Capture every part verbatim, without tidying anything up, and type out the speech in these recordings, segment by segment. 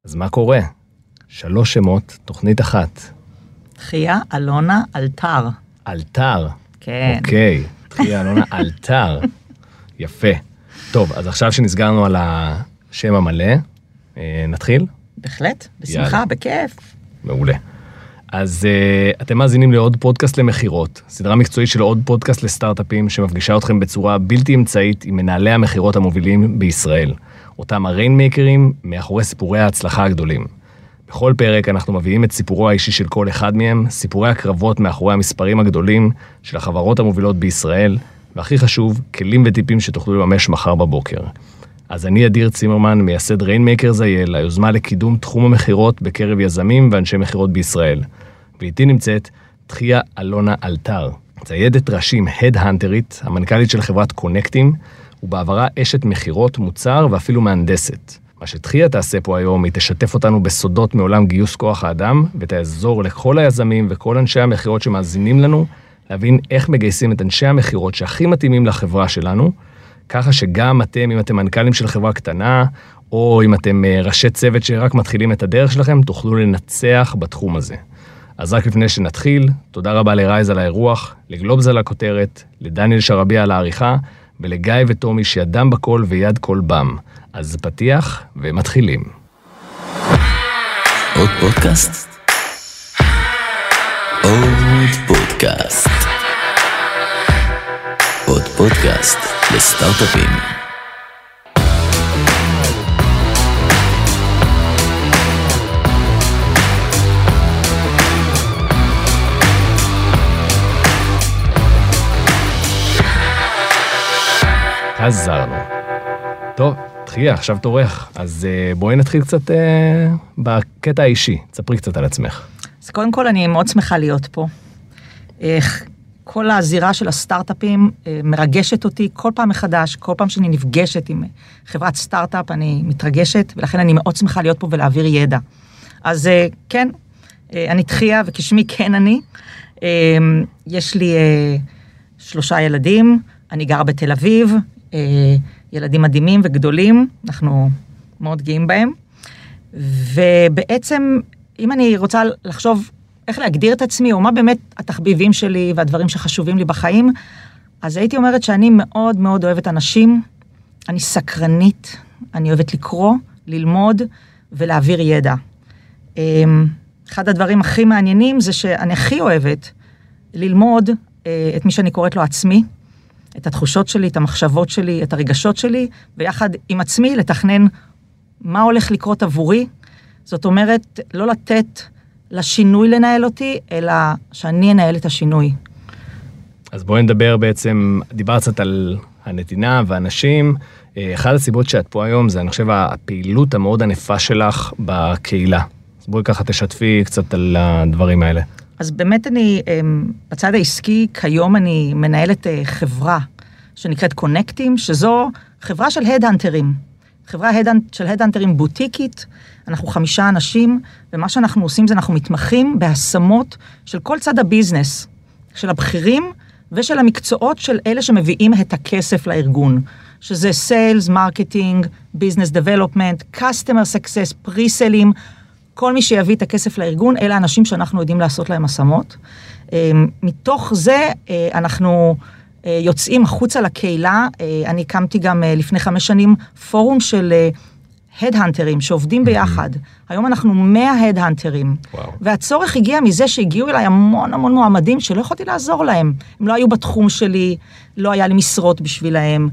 אז מה קורה? שלוש שמות, תוכנית אחת. תחייה, אלונה, אלתר. אלתר. כן. אוקיי, תחייה, אלונה, אלתר. יפה. טוב, אז עכשיו שנסגרנו על השם המלא, נתחיל? בהחלט, בשמחה, בכיף. מעולה. אז uh, אתם מאזינים לעוד פודקאסט למחירות, סדרה מקצועית של עוד פודקאסט לסטארט-אפים שמפגישה אתכם בצורה בלתי אמצעית עם מנהלי המחירות המובילים בישראל, אותם הריינמייקרים מאחורי סיפורי ההצלחה הגדולים. בכל פרק אנחנו מביאים את סיפורו האישי של כל אחד מהם, סיפורי הקרבות מאחורי המספרים הגדולים של החברות המובילות בישראל, והכי חשוב, כלים וטיפים שתוכלו לממש מחר בבוקר. אז אני אדיר צימרמן, מייסד ריינמייקר זייל, היוזמה לקידום תחום המחירות בקרב יזמים ואנשי מחירות בישראל. ואיתי נמצאת תחייה אלונה אלתר, ציידת ראשים הדהנטרית, המנכ"לית של חברת קונקטים, ובעברה אשת מחירות, מוצר ואפילו מהנדסת. מה שתחייה תעשה פה היום היא תשתף אותנו בסודות מעולם גיוס כוח האדם, ותעזור לכל היזמים וכל אנשי המחירות שמאזינים לנו, להבין איך מגייסים את אנשי המחירות שהכי מתאימים לחברה שלנו, ככה שגם אתם, אם אתם מנכ"לים של חברה קטנה, או אם אתם ראשי צוות שרק מתחילים את הדרך שלכם, תוכלו לנצח בתחום הזה. אז רק לפני שנתחיל, תודה רבה לרייז על האירוח, לגלובס על הכותרת, לדניאל שרביה על העריכה, ולגיא וטומי שידם בכל ויד כל בם. אז פתיח ומתחילים. עוד פודקאסט? עוד פודקאסט. עוד פודקאסט לסטארט-אפים. חזרנו. טוב, תחייה, עכשיו תורך. אז בואי נתחיל קצת בקטע האישי. תספרי קצת על עצמך. אז קודם כל אני מאוד שמחה להיות פה. כל הזירה של הסטארט-אפים מרגשת אותי כל פעם מחדש, כל פעם שאני נפגשת עם חברת סטארט-אפ, אני מתרגשת, ולכן אני מאוד שמחה להיות פה ולהעביר ידע. אז כן, אני תחייה, וכשמי כן אני. יש לי שלושה ילדים, אני גרה בתל אביב, ילדים מדהימים וגדולים, אנחנו מאוד גאים בהם. ובעצם, אם אני רוצה לחשוב איך להגדיר את עצמי, או מה באמת התחביבים שלי והדברים שחשובים לי בחיים, אז הייתי אומרת שאני מאוד מאוד אוהבת אנשים, אני סקרנית, אני אוהבת לקרוא, ללמוד ולהעביר ידע. אחד הדברים הכי מעניינים זה שאני הכי אוהבת ללמוד את מי שאני קוראת לו עצמי, את התחושות שלי, את המחשבות שלי, את הרגשות שלי, ויחד עם עצמי לתכנן מה הולך לקרות עבורי. זאת אומרת, לא לתת לשינוי לנהל אותי, אלא שאני אנהל את השינוי. אז בואי נדבר בעצם, דיברת קצת על הנתינה והאנשים. אחת הסיבות שאת פה היום זה, אני חושב, הפעילות המאוד ענפה שלך בקהילה. אז בואי ככה תשתפי קצת על הדברים האלה. אז באמת אני, בצד העסקי, כיום אני מנהלת חברה שנקראת קונקטים, שזו חברה של הדהנטרים. חברה של הדהנטרים בוטיקית, אנחנו חמישה אנשים, ומה שאנחנו עושים זה אנחנו מתמחים בהשמות של כל צד הביזנס, של הבכירים ושל המקצועות של אלה שמביאים את הכסף לארגון, שזה סיילס, מרקטינג, ביזנס דבלופמנט, קסטומר סקסס, פריסלים, כל מי שיביא את הכסף לארגון, אלה האנשים שאנחנו יודעים לעשות להם השמות. מתוך זה אנחנו יוצאים החוצה לקהילה, אני הקמתי גם לפני חמש שנים פורום של הדהנטרים שעובדים ביחד. היום אנחנו מאה הדהנטרים. והצורך הגיע מזה שהגיעו אליי המון המון מועמדים שלא יכולתי לעזור להם. הם לא היו בתחום שלי, לא היה לי משרות בשבילהם.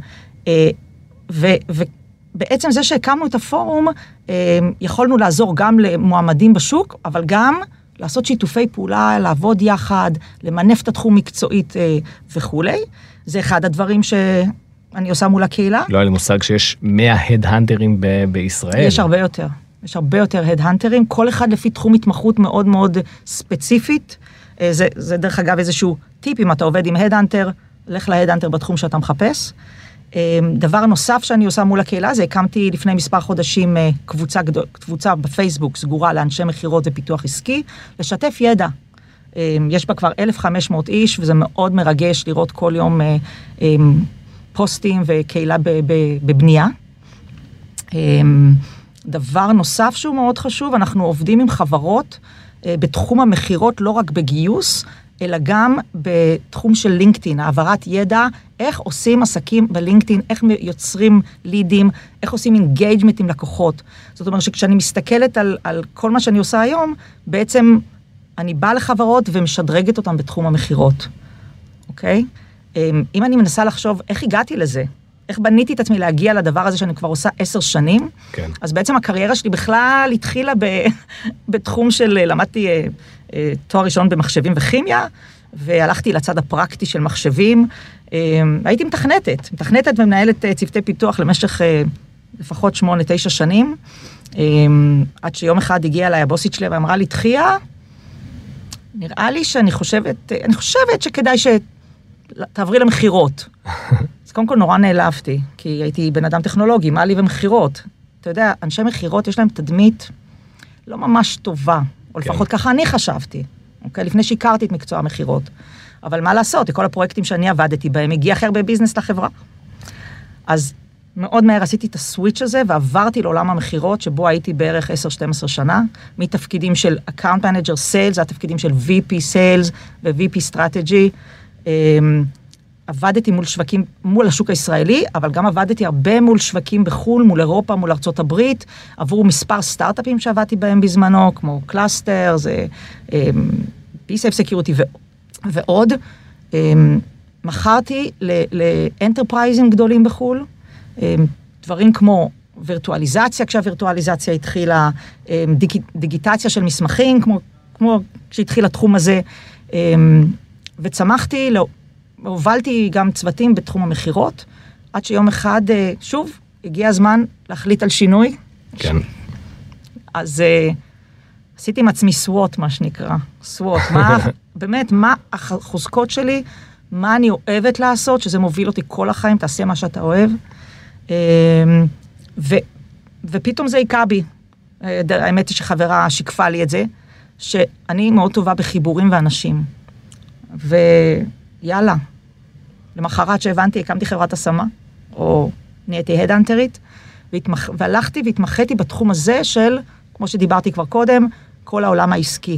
ובעצם זה שהקמנו את הפורום, יכולנו לעזור גם למועמדים בשוק, אבל גם לעשות שיתופי פעולה, לעבוד יחד, למנף את התחום מקצועית וכו'. זה אחד הדברים שאני עושה מול הקהילה. לא היה לי מושג שיש מאה הדהנטרים ב- בישראל. יש הרבה יותר. יש הרבה יותר הדהנטרים, כל אחד לפי תחום התמחות מאוד מאוד ספציפית. זה, זה דרך אגב איזשהו טיפ, אם אתה עובד עם הדהנטר, לך להדהנטר בתחום שאתה מחפש. דבר נוסף שאני עושה מול הקהילה, זה הקמתי לפני מספר חודשים קבוצה, קבוצה בפייסבוק סגורה לאנשי מחירות ופיתוח עסקי, לשתף ידע. יש בה כבר אלף וחמש מאות איש, וזה מאוד מרגש לראות כל יום פוסטים וקהילה בבנייה. דבר נוסף שהוא מאוד חשוב, אנחנו עובדים עם חברות בתחום המחירות, לא רק בגיוס, אלא גם בתחום של לינקדאין, העברת ידע, איך עושים עסקים בלינקדאין, איך יוצרים לידים, איך עושים אינגייג'מנט עם לקוחות. זאת אומרת שכשאני מסתכלת על, על כל מה שאני עושה היום, בעצם אני באה לחברות ומשדרגת אותם בתחום המחירות. אוקיי? אם אני מנסה לחשוב איך הגעתי לזה, איך בניתי את עצמי להגיע לדבר הזה שאני כבר עושה עשר שנים, כן. אז בעצם הקריירה שלי בכלל התחילה ב, בתחום של, למדתי אה, אה, תואר ראשון במחשבים וכימיה, והלכתי לצד הפרקטי של מחשבים, אה, הייתי מתכנתת, מתכנתת ומנהלת אה, צוותי פיתוח למשך אה, לפחות שמונה, תשע שנים, אה, עד שיום אחד הגיעה אליי הבוסית שלי ואמרה לי, תחייה, נראה לי שאני חושבת, אני חושבת שכדאי שתעברי למחירות. אז קודם כל נורא נעלבתי, כי הייתי בן אדם טכנולוגי, מה לי ומחירות? אתה יודע, אנשי מחירות יש להם תדמית לא ממש טובה, או כן. לפחות ככה אני חשבתי, אוקיי? לפני שהכרתי את מקצוע המחירות. אבל מה לעשות? כל הפרויקטים שאני עבדתי בהם, הגיע הכי הרבה ביזנס לחברה. אז מאוד מהר עשיתי את הסוויץ' הזה, ועברתי לעולם המחירות, שבו הייתי בערך עשר שתים עשרה שנה, מתפקידים של Account Manager Sales, זה התפקידים של וי פי Sales ו-וי פי Strategy. עבדתי מול שווקים, מול השוק הישראלי, אבל גם עבדתי הרבה מול שווקים בחול, מול אירופה, מול ארצות הברית, עבור מספר סטארט-אפים שעבדתי בהם בזמנו, כמו קלאסטר, זה P-Safe Security ועוד. מכרתי לאנטרפרייזים גדולים בחול, דברים כמו וירטואליזציה, כשהווירטואליזציה התחילה, דיג, דיגיטציה של מסמכים, כמו, כמו כשהתחיל התחום הזה, וצמחתי, לא, הובלתי גם צוותים בתחום המחירות, עד שיום אחד, שוב, הגיע הזמן להחליט על שינוי. כן. אז עשיתי עם עצמי סווט, מה שנקרא, סווט, מה, באמת, מה החוזקות שלי, מה אני אוהבת לעשות, שזה מוביל אותי כל החיים, תעשה מה שאתה אוהב, ו, ופתאום זה היכה בי. האמת היא שחברה שיקפה לי את זה, שאני מאוד טובה בחיבורים ואנשים. ויאללה, למחרת שהבנתי, הקמתי חברת השמה, או נהייתי הדאנטרית, והתמח... והלכתי והתמחיתי בתחום הזה של, כמו שדיברתי כבר קודם, כל העולם העסקי.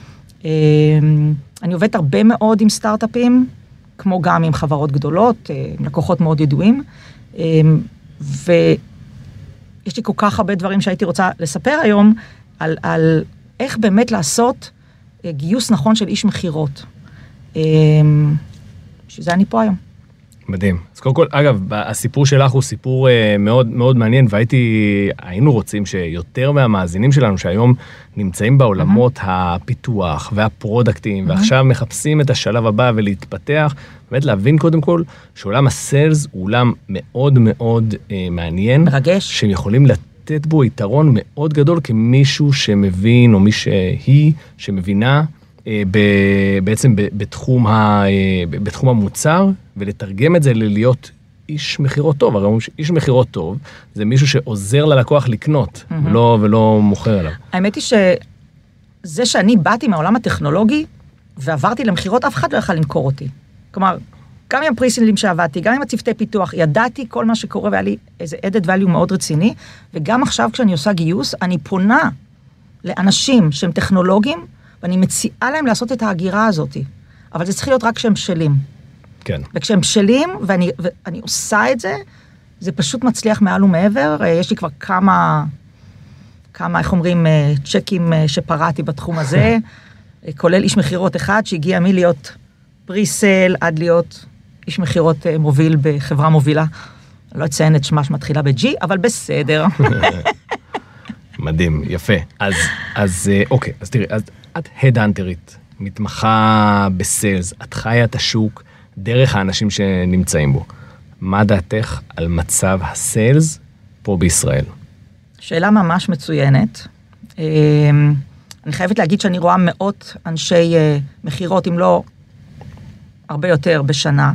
אני עובדת הרבה מאוד עם סטארט-אפים, כמו גם עם חברות גדולות, עם לקוחות מאוד ידועים, ויש לי כל כך הרבה דברים שהייתי רוצה לספר היום, על, על איך באמת לעשות גיוס נכון של איש מחירות. שזה אני פה היום. מדהים. אז קודם כל, אגב, הסיפור שלך הוא סיפור מאוד מאוד מעניין, והייתי, היינו רוצים שיותר מהמאזינים שלנו, שהיום נמצאים בעולמות הפיתוח והפרודקטים, ועכשיו מחפשים את השלב הבא ולהתפתח, באמת להבין קודם כל, שעולם הסיילס הוא עולם מאוד מאוד מעניין. מרגש. שהם יכולים לתת בו יתרון מאוד גדול, כמישהו שמבין, או מי שהיא, שמבינה, בעצם בתחום, ה, בתחום המוצר, ולתרגם את זה ללהיות איש מחירות טוב. הרי איש מחירות טוב, זה מישהו שעוזר ללקוח לקנות, mm-hmm. ולא, ולא מוכר עליו. האמת היא שזה שאני באתי מהעולם הטכנולוגי, ועברתי למחירות, אף אחד לא יכל למכור אותי. כלומר, גם עם הפריסינלים שעבדתי, גם עם הצוותי פיתוח, ידעתי כל מה שקורה, והיה לי איזה added value מאוד רציני, וגם עכשיו כשאני עושה גיוס, אני פונה לאנשים שהם טכנולוגיים, ואני מציעה להם לעשות את ההגירה הזאת. אבל זה צריך להיות רק כשהם בשלים. כן. וכשהם בשלים, ואני, ואני עושה את זה, זה פשוט מצליח מעל ומעבר. יש לי כבר כמה, כמה, איך אומרים, צ'קים שפרעתי בתחום הזה, כולל איש מחירות אחד, שהגיע מלהיות פריסל, עד להיות איש מחירות מוביל בחברה מובילה. לא אציין את שמה שמתחילה ב-G, אבל בסדר. מדהים, יפה. אז, אז, אוקיי, אז תראי, אז את הדאנטרית, מתמחה בסיילס, את חיה את השוק דרך האנשים שנמצאים בו. מה דעתך על מצב הסיילס פה בישראל? שאלה ממש מצוינת. אני חייבת להגיד שאני רואה מאות אנשי מחירות, אם לא הרבה יותר בשנה,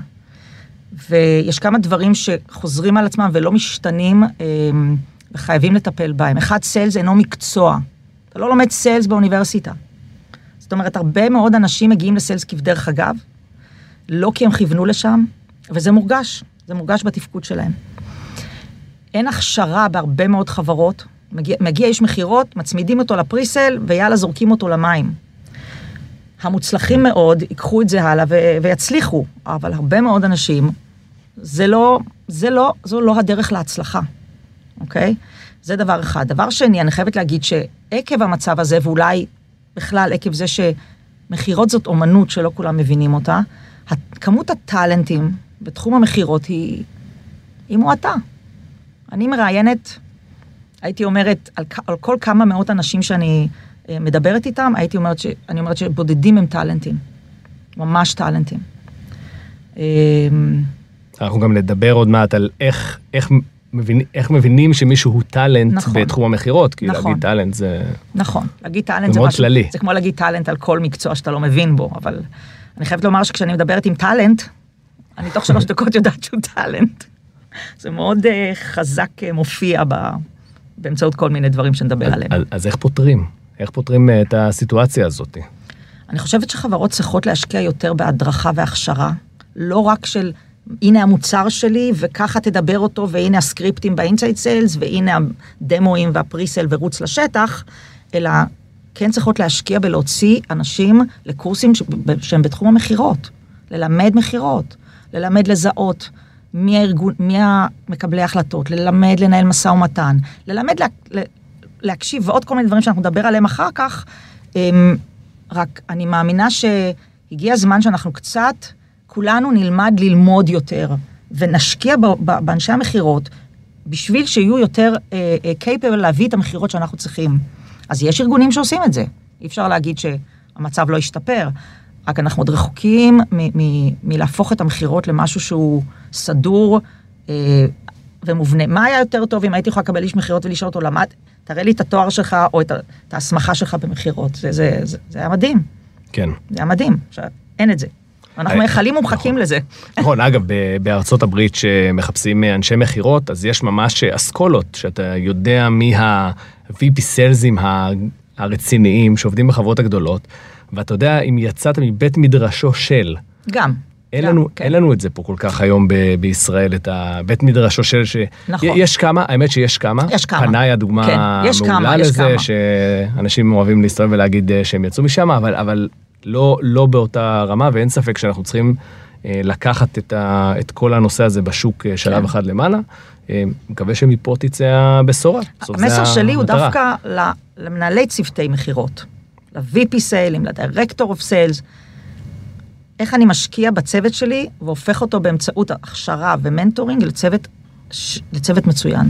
ויש כמה דברים שחוזרים על עצמם ולא משתנים, וחייבים לטפל בהם. אחד, סיילס אינו מקצוע. אתה לא לומד סיילס באוניברסיטה. זאת אומרת, הרבה מאוד אנשים מגיעים לסיילס כבדרך אגב, לא כי הם כיוונו לשם, וזה מורגש. זה מורגש בתפקוד שלהם. אין הכשרה בהרבה מאוד חברות מגיע, מגיע איש מחירות, מצמידים אותו לפריסל, ויאללה, זורקים אותו למים. המוצלחים מאוד ייקחו את זה הלאה ו- ויצליחו, אבל הרבה מאוד אנשים, זה לא, זה לא, זו לא הדרך להצלחה, אוקיי? זה דבר אחד. דבר שני, אני חייבת להגיד שעקב המצב הזה, ואולי בכלל עקב זה שמחירות זאת אומנות שלא כולם מבינים אותה, כמות הטלנטים בתחום המחירות היא, היא מועטה. אני מראיינת, הייתי אומרת, על, על כל כמה מאות אנשים שאני מדברת איתם, הייתי אומרת, ש, אני אומרת שבודדים הם טלנטים. ממש טלנטים. אנחנו גם נדבר עוד מעט על איך, איך, מבין, איך מבינים שמישהו הוא טלנט נכון. בתחום המחירות, כי נכון. להגיד טלנט זה... נכון, להגיד טלנט זה מאוד כללי. זה כמו להגיד טלנט על כל מקצוע שאתה לא מבין בו, אבל אני חייבת לומר שכשאני מדברת עם טלנט, אני תוך שלוש דקות יודעת שהוא טלנט. זה מאוד uh, חזק uh, מופיע ב, באמצעות כל מיני דברים שנדבר אז, עליהם. אז, אז איך פותרים? איך פותרים uh, את הסיטואציה הזאת? אני חושבת שחברות צריכות להשקיע יותר בהדרכה והכשרה, לא רק של הנה המוצר שלי וככה תדבר אותו, והנה הסקריפטים באינסייד סיילס, והנה הדמואים והפריסל ורוץ לשטח, אלא כן צריכות להשקיע בלהוציא אנשים לקורסים שהם בתחום המחירות, ללמד מחירות, ללמד לזהות, מי הארגון, מי המקבלי ההחלטות, ללמד לנהל משא ומתן, ללמד לה, להקשיב ועוד כל מיני דברים שאנחנו נדבר עליהם אחר כך, רק אני מאמינה שהגיע הזמן שאנחנו קצת, כולנו נלמד ללמוד יותר, ונשקיע באנשי המחירות, בשביל שיהיו יותר capable להביא את המחירות שאנחנו צריכים. אז יש ארגונים שעושים את זה. אי אפשר להגיד שהמצב לא ישתפר, רק אנחנו עוד רחוקים מלהפוך את המחירות למשהו שהוא סדור ומובנה. מה היה יותר טוב אם הייתי יכולה לקבל איש מחירות ולשאול אותו, למד, תראה לי את התואר שלך או את ההסמכה שלך במחירות. זה, זה, זה, זה היה מדהים. כן. זה היה מדהים. עכשיו, אין את זה. אנחנו מייחלים ומחכים לזה. נכון, אגב, בארצות הברית שמחפשים אנשי מחירות, אז יש ממש אסכולות, שאתה יודע מי ה-וי פי סלזים הרציניים שעובדים בחברות הגדולות, ואתה יודע אם יצאת מבית מדרשו של. גם. אין לנו, אין לנו את זה פה כל כך היום ב- בישראל, את הבית מדרשו של ש... נכון. יש כמה, האמת שיש כמה. יש כמה. פנאי הדוגמה כן, מעולה לזה, שאנשים אוהבים להסתובב ולהגיד שהם יצאו משם, אבל, אבל לא, לא באותה רמה, ואין ספק שאנחנו צריכים לקחת את, ה, את כל הנושא הזה בשוק שלב אחד למעלה. מקווה שמפה תצא הבשורה. המסר שלי הוא דווקא למנהלי צוותי מחירות, ל-וי פי סיילים, ל-Director of Sales, איך אני משקיע בצוות שלי, והופך אותו באמצעות הכשרה ומנטורינג לצוות, לצוות מצוין.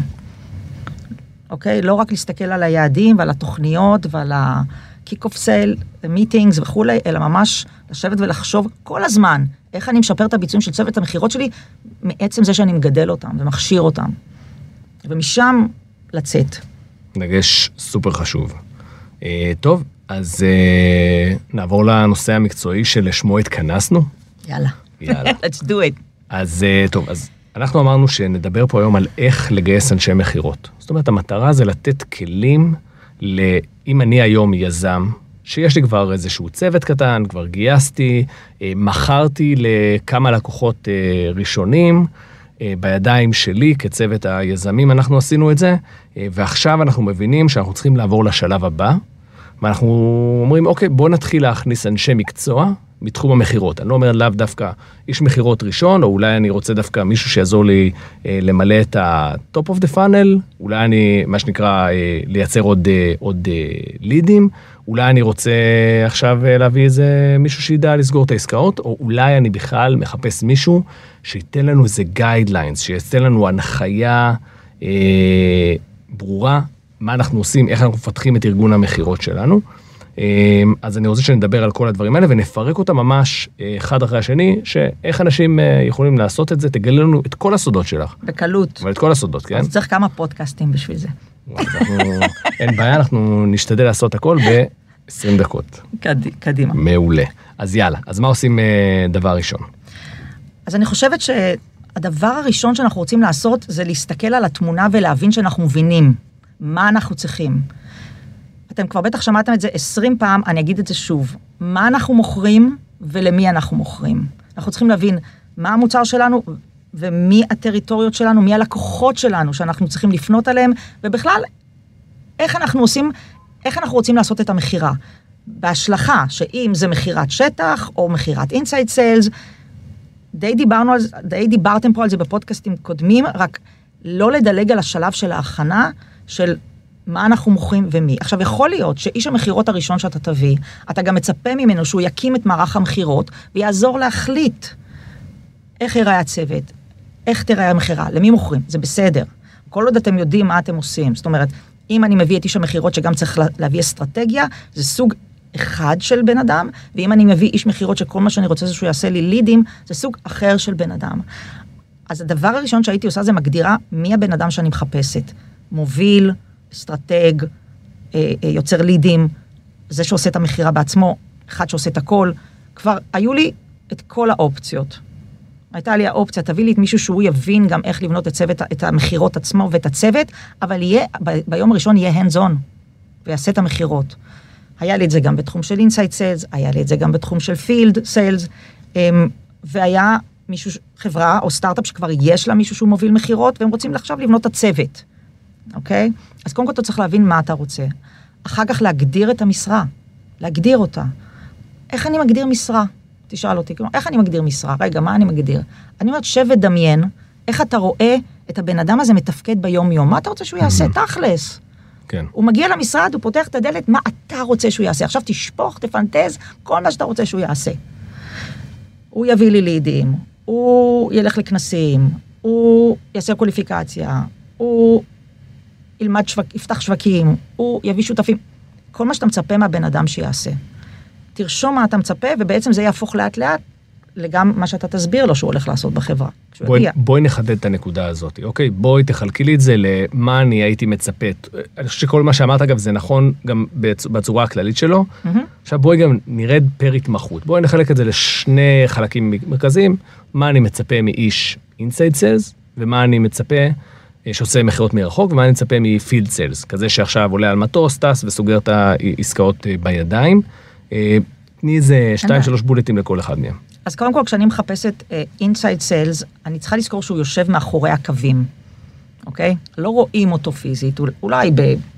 אוקיי? לא רק להסתכל על היעדים ועל התוכניות ועל ה-kick-off sale, meetings וכו', אלא ממש לשבת ולחשוב כל הזמן, איך אני משפר את הביצועים של צוות המחירות שלי, מעצם זה שאני מגדל אותם ומכשיר אותם. ומשם לצאת. דגש סופר חשוב. טוב, אז uh, נעבור לנושא המקצועי שלשמו התכנסנו. יאללה. יאללה. Let's do it. אז uh, טוב, אז אנחנו אמרנו שנדבר פה היום על איך לגייס אנשי מחירות. זאת אומרת, המטרה זה לתת כלים, ל... אם אני היום יזם, שיש לי כבר איזשהו צוות קטן, כבר גייסתי, uh, מכרתי לכמה לקוחות uh, ראשונים, uh, בידיים שלי כצוות היזמים אנחנו עשינו את זה, uh, ועכשיו אנחנו מבינים שאנחנו צריכים לעבור לשלב הבא, ואנחנו אומרים, אוקיי, בוא נתחיל להכניס אנשי מקצוע מתחום המחירות. אני לא אומר לאו דווקא איש מחירות ראשון, או אולי אני רוצה דווקא מישהו שיעזור לי אה, למלא את ה-top of the funnel, אולי אני, מה שנקרא, אה, לייצר עוד, אה, עוד אה, לידים, אולי אני רוצה עכשיו אה, להביא איזה מישהו שידע לסגור את העסקאות, או אולי אני בכלל מחפש מישהו שייתן לנו איזה guidelines, שייתן לנו הנחיה אה, ברורה, מה אנחנו עושים, איך אנחנו מפתחים את ארגון המחירות שלנו. אז אני רוצה שנדבר על כל הדברים האלה, ונפרק אותם ממש אחד אחרי השני, שאיך אנשים יכולים לעשות את זה, תגלה לנו את כל הסודות שלך. בקלות. אבל את כל הסודות, כן? אז צריך כמה פודקאסטים בשביל זה. אין בעיה, אנחנו נשתדל לעשות הכל ב-עשרים דקות. קדימה. מעולה. אז יאללה, אז מה עושים דבר ראשון? אז אני חושבת שהדבר הראשון שאנחנו רוצים לעשות, זה להסתכל על התמונה ולהבין שאנחנו מבינים. מה אנחנו צריכים? אתם כבר בטח שמעתם את זה עשרים פעם, אני אגיד את זה שוב. מה אנחנו מוכרים ולמי אנחנו מוכרים? אנחנו צריכים להבין מה המוצר שלנו ומי הטריטוריות שלנו, מי הלקוחות שלנו שאנחנו צריכים לפנות עליהם, ובכלל, איך אנחנו עושים, איך אנחנו רוצים לעשות את המחירה? בהשלכה, שאם זה מחירת שטח, או מחירת אינסייד סיילס, די דיברנו על זה, די דיברתם פה על זה בפודקאסטים קודמים, רק לא לדלג על השלב של ההכנה, של מה אנחנו מוכרים ומי. עכשיו, יכול להיות שאיש המחירות הראשון שאתה תביא, אתה גם מצפה ממנו שהוא יקים את מערך המחירות, ויעזור להחליט איך ייראה הצוות, איך תראה המחירה, למי מוכרים, זה בסדר. כל עוד אתם יודעים מה אתם עושים. זאת אומרת, אם אני מביא את איש המחירות שגם צריך להביא אסטרטגיה, זה סוג אחד של בן אדם, ואם אני מביא איש מחירות שכל מה שאני רוצה זה שהוא יעשה לי לידים, זה סוג אחר של בן אדם. אז הדבר הראשון שהייתי עושה זה מגדירה מי הבן אדם שאני מחפשת. מוביל, אסטרטג, יוצר לידים, זה שעושה את המחירה בעצמו, אחד שעושה את הכל. כבר היו לי את כל האופציות. הייתה לי האופציה, תביא לי את מישהו שהוא יבין גם איך לבנות את, צוות, את המחירות עצמו ואת הצוות, אבל יהיה, ב, ביום הראשון יהיה hands on, ויעשה את המחירות. היה לי את זה גם בתחום של inside sales, היה לי את זה גם בתחום של field sales, והיה מישהו, חברה או סטארט-אפ שכבר יש לה מישהו שהוא מוביל מחירות, והם רוצים עכשיו לבנות את הצוות. אוקיי? אז קודם כל אתה צריך להבין מה אתה רוצה. אחר כך להגדיר את המשרה, להגדיר אותה. איך אני מגדיר משרה? תשאל אותי, איך אני מגדיר משרה? רגע, מה אני מגדיר? אני אומרת, שב ודמיין, איך אתה רואה את הבן אדם הזה מתפקד ביום-יום? מה אתה רוצה שהוא יעשה? תכלס. כן. הוא מגיע למשרד, הוא פותח את הדלת, מה אתה רוצה שהוא יעשה? עכשיו תשפוך, תפנטז, כל מה שאתה רוצה שהוא יעשה. הוא יביא לי לידים, הוא ילך לכנסים, הוא יעשה קוליפיקציה, הוא ילמד שווק, יפתח שווקים, הוא יביא שותפים. כל מה שאתה מצפה מהבן אדם שיעשה. תרשום מה אתה מצפה, ובעצם זה יהפוך לאט לאט, לגם מה שאתה תסביר לו שהוא הולך לעשות בחברה. בואי, בואי נחדד את הנקודה הזאת, אוקיי? בואי תחלקי לי את זה למה אני הייתי מצפה. אני חושב שכל מה שאמרת, אגב, זה נכון גם בצורה הכללית שלו. Mm-hmm. עכשיו בואי גם נרד פר התמחות. בואי נחלק את זה לשני חלקים מרכזיים. מה אני מצפה מאיש inside sales, ומה אני מצפה שעושה מחירות מרחוק, ומה אני מצפה מ-field sales, כזה שעכשיו עולה על מטוס, טס וסוגר את העסקאות בידיים. תני איזה שתיים, שלוש בולטים לכל אחד מהם. אז קודם כל, כשאני מחפשת uh, inside sales, אני צריכה לזכור שהוא יושב מאחורי הקווים, אוקיי? לא רואים אותו פיזית, אולי